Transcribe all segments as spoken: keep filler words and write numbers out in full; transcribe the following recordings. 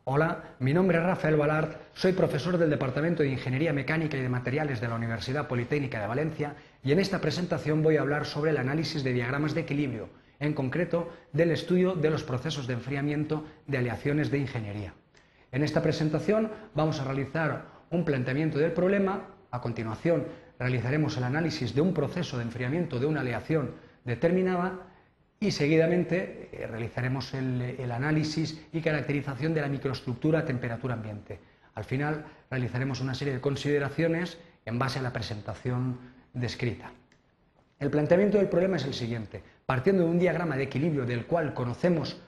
Hola, mi nombre es Rafael Balart, soy profesor del Departamento de Ingeniería Mecánica y de Materiales de la Universidad Politécnica de Valencia y en esta presentación voy a hablar sobre el análisis de diagramas de equilibrio, en concreto del estudio de los procesos de enfriamiento de aleaciones de ingeniería. En esta presentación vamos a realizar un planteamiento del problema, a continuación realizaremos el análisis de un proceso de enfriamiento de una aleación determinada y seguidamente eh, realizaremos el, el análisis y caracterización de la microestructura a temperatura ambiente. Al final realizaremos una serie de consideraciones en base a la presentación descrita. El planteamiento del problema es el siguiente. Partiendo de un diagrama de equilibrio del cual conocemos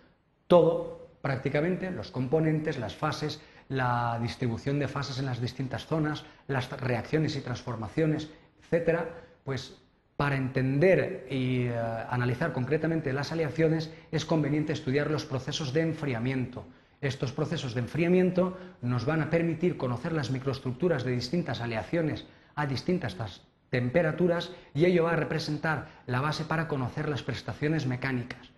todo, prácticamente, los componentes, las fases, la distribución de fases en las distintas zonas, las reacciones y transformaciones, etcétera, pues para entender y uh, analizar concretamente las aleaciones es conveniente estudiar los procesos de enfriamiento. Estos procesos de enfriamiento nos van a permitir conocer las microestructuras de distintas aleaciones a distintas temperaturas y ello va a representar la base para conocer las prestaciones mecánicas.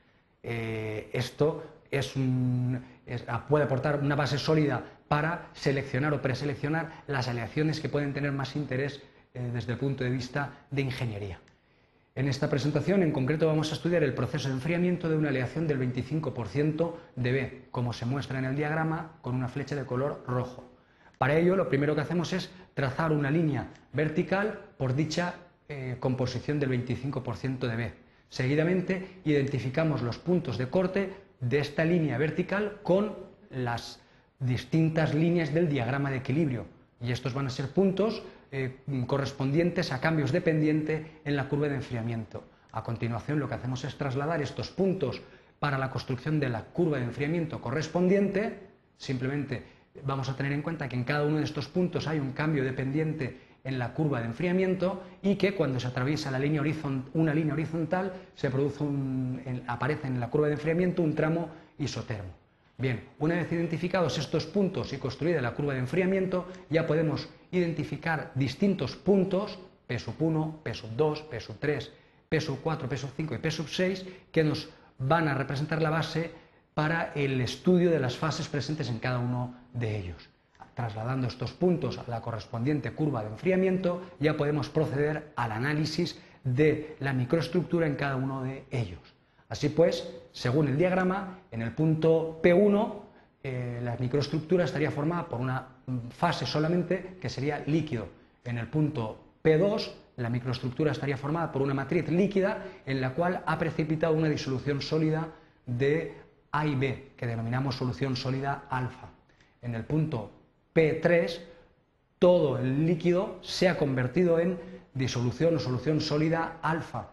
Eh, esto es un, es, puede aportar una base sólida para seleccionar o preseleccionar las aleaciones que pueden tener más interés eh, desde el punto de vista de ingeniería. En esta presentación en concreto vamos a estudiar el proceso de enfriamiento de una aleación del veinticinco por ciento de B, como se muestra en el diagrama con una flecha de color rojo. Para ello lo primero que hacemos es trazar una línea vertical por dicha eh, composición del veinticinco por ciento de B. Seguidamente identificamos los puntos de corte de esta línea vertical con las distintas líneas del diagrama de equilibrio y estos van a ser puntos Eh, correspondientes a cambios de pendiente en la curva de enfriamiento. A continuación lo que hacemos es trasladar estos puntos para la construcción de la curva de enfriamiento correspondiente. Simplemente vamos a tener en cuenta que en cada uno de estos puntos hay un cambio de pendiente en la curva de enfriamiento y que cuando se atraviesa la línea horizont- una línea horizontal se produce un, en, aparece en la curva de enfriamiento un tramo isotermo. Bien, una vez identificados estos puntos y construida la curva de enfriamiento, ya podemos identificar distintos puntos, P sub uno, P sub dos, P sub tres, P sub cuatro, P sub cinco y P sub seis, que nos van a representar la base para el estudio de las fases presentes en cada uno de ellos. Trasladando estos puntos a la correspondiente curva de enfriamiento, ya podemos proceder al análisis de la microestructura en cada uno de ellos. Así pues, según el diagrama, en el punto P uno, eh, la microestructura estaría formada por una fase solamente que sería líquido. En el punto P dos, la microestructura estaría formada por una matriz líquida en la cual ha precipitado una disolución sólida de A y B, que denominamos solución sólida alfa. En el punto P tres, todo el líquido se ha convertido en disolución o solución sólida alfa,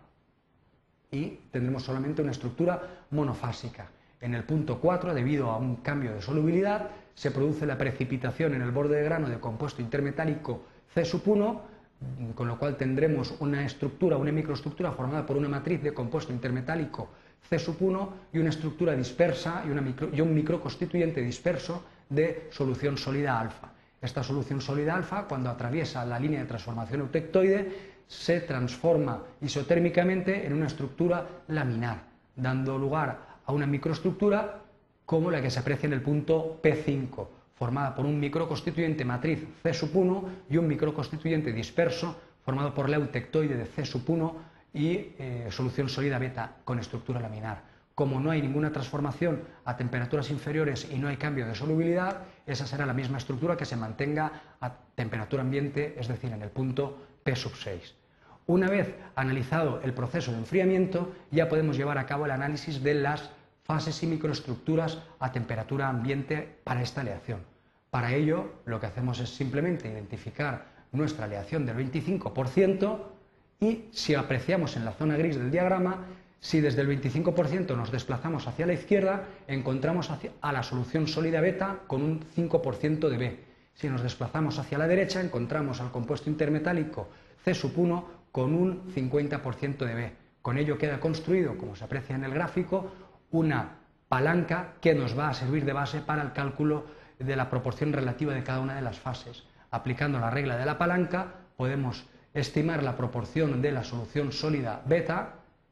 y tendremos solamente una estructura monofásica. En el punto cuatro, debido a un cambio de solubilidad, se produce la precipitación en el borde de grano de compuesto intermetálico C sub uno, con lo cual tendremos una estructura, una microestructura formada por una matriz de compuesto intermetálico C sub uno y una estructura dispersa y, una micro, y un microconstituyente disperso de solución sólida alfa. Esta solución sólida alfa, cuando atraviesa la línea de transformación eutectoide, se transforma isotérmicamente en una estructura laminar, dando lugar a una microestructura como la que se aprecia en el punto P cinco, formada por un microconstituyente matriz C sub uno y un microconstituyente disperso formado por la eutectoide de C sub uno y eh, solución sólida beta con estructura laminar. Como no hay ninguna transformación a temperaturas inferiores y no hay cambio de solubilidad, esa será la misma estructura que se mantenga a temperatura ambiente, es decir, en el punto P sub seis. Una vez analizado el proceso de enfriamiento, ya podemos llevar a cabo el análisis de las fases y microestructuras a temperatura ambiente para esta aleación. Para ello, lo que hacemos es simplemente identificar nuestra aleación del veinticinco por ciento y si apreciamos en la zona gris del diagrama, si desde el veinticinco por ciento nos desplazamos hacia la izquierda, encontramos hacia, a la solución sólida beta con un cinco por ciento de B. Si nos desplazamos hacia la derecha, encontramos al compuesto intermetálico C sub uno con un cincuenta por ciento de B. Con ello queda construido, como se aprecia en el gráfico, una palanca que nos va a servir de base para el cálculo de la proporción relativa de cada una de las fases. Aplicando la regla de la palanca, podemos estimar la proporción de la solución sólida beta,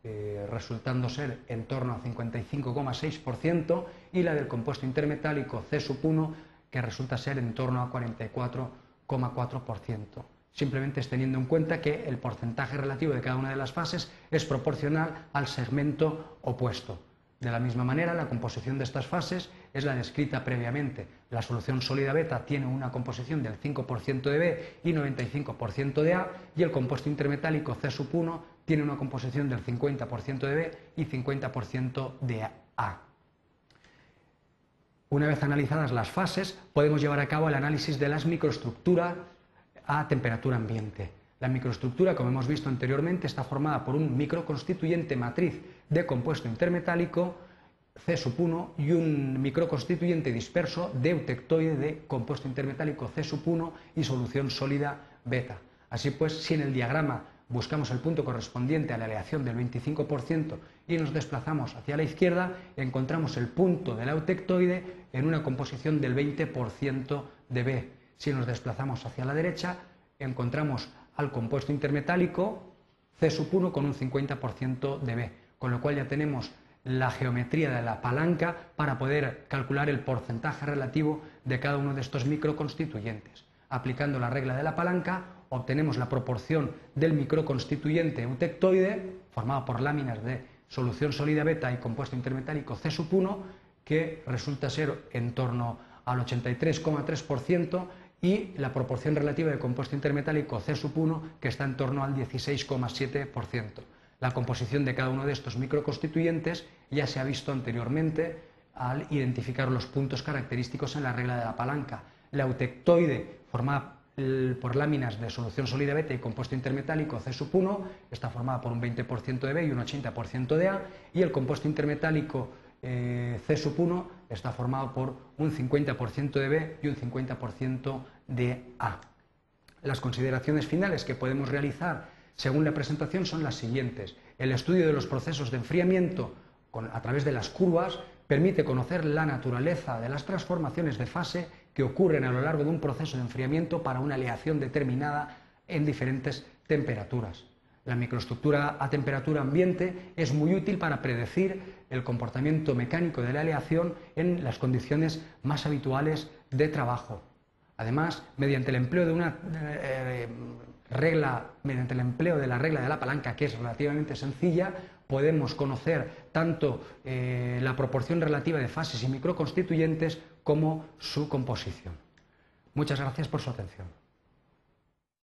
eh, resultando ser en torno a cincuenta y cinco coma seis por ciento, y la del compuesto intermetálico C uno, que resulta ser en torno a cuarenta y cuatro coma cuatro por ciento. Simplemente es teniendo en cuenta que el porcentaje relativo de cada una de las fases es proporcional al segmento opuesto. De la misma manera, la composición de estas fases es la descrita previamente. La solución sólida beta tiene una composición del cinco por ciento de B y noventa y cinco por ciento de A, y el compuesto intermetálico C uno tiene una composición del cincuenta por ciento de B y cincuenta por ciento de A. Una vez analizadas las fases, podemos llevar a cabo el análisis de las microestructuras a temperatura ambiente. La microestructura, como hemos visto anteriormente, está formada por un microconstituyente matriz de compuesto intermetálico C uno y un microconstituyente disperso de eutectoide de compuesto intermetálico C uno y solución sólida beta. Así pues, si en el diagrama buscamos el punto correspondiente a la aleación del veinticinco por ciento y nos desplazamos hacia la izquierda, encontramos el punto del eutectoide en una composición del veinte por ciento de B. Si nos desplazamos hacia la derecha, encontramos al compuesto intermetálico C uno con un cincuenta por ciento de B, con lo cual ya tenemos la geometría de la palanca para poder calcular el porcentaje relativo de cada uno de estos microconstituyentes. Aplicando la regla de la palanca, obtenemos la proporción del microconstituyente eutectoide, formado por láminas de solución sólida beta y compuesto intermetálico C uno, que resulta ser en torno al ochenta y tres coma tres por ciento, y la proporción relativa de compuesto intermetálico C uno, que está en torno al dieciséis coma siete por ciento. La composición de cada uno de estos microconstituyentes ya se ha visto anteriormente al identificar los puntos característicos en la regla de la palanca. La eutectoide, formada por láminas de solución sólida beta y compuesto intermetálico C uno, está formada por un veinte por ciento de B y un ochenta por ciento de A, y el compuesto intermetálico eh, C uno está formado por un cincuenta por ciento de B y un cincuenta por ciento de A. Las consideraciones finales que podemos realizar según la presentación son las siguientes. El estudio de los procesos de enfriamiento con, a través de las curvas permite conocer la naturaleza de las transformaciones de fase que ocurren a lo largo de un proceso de enfriamiento para una aleación determinada en diferentes temperaturas. La microestructura a temperatura ambiente es muy útil para predecir el comportamiento mecánico de la aleación en las condiciones más habituales de trabajo. Además, mediante el empleo de una eh, regla, mediante el empleo de la regla de la palanca, que es relativamente sencilla, podemos conocer tanto eh, la proporción relativa de fases y microconstituyentes como su composición. Muchas gracias por su atención.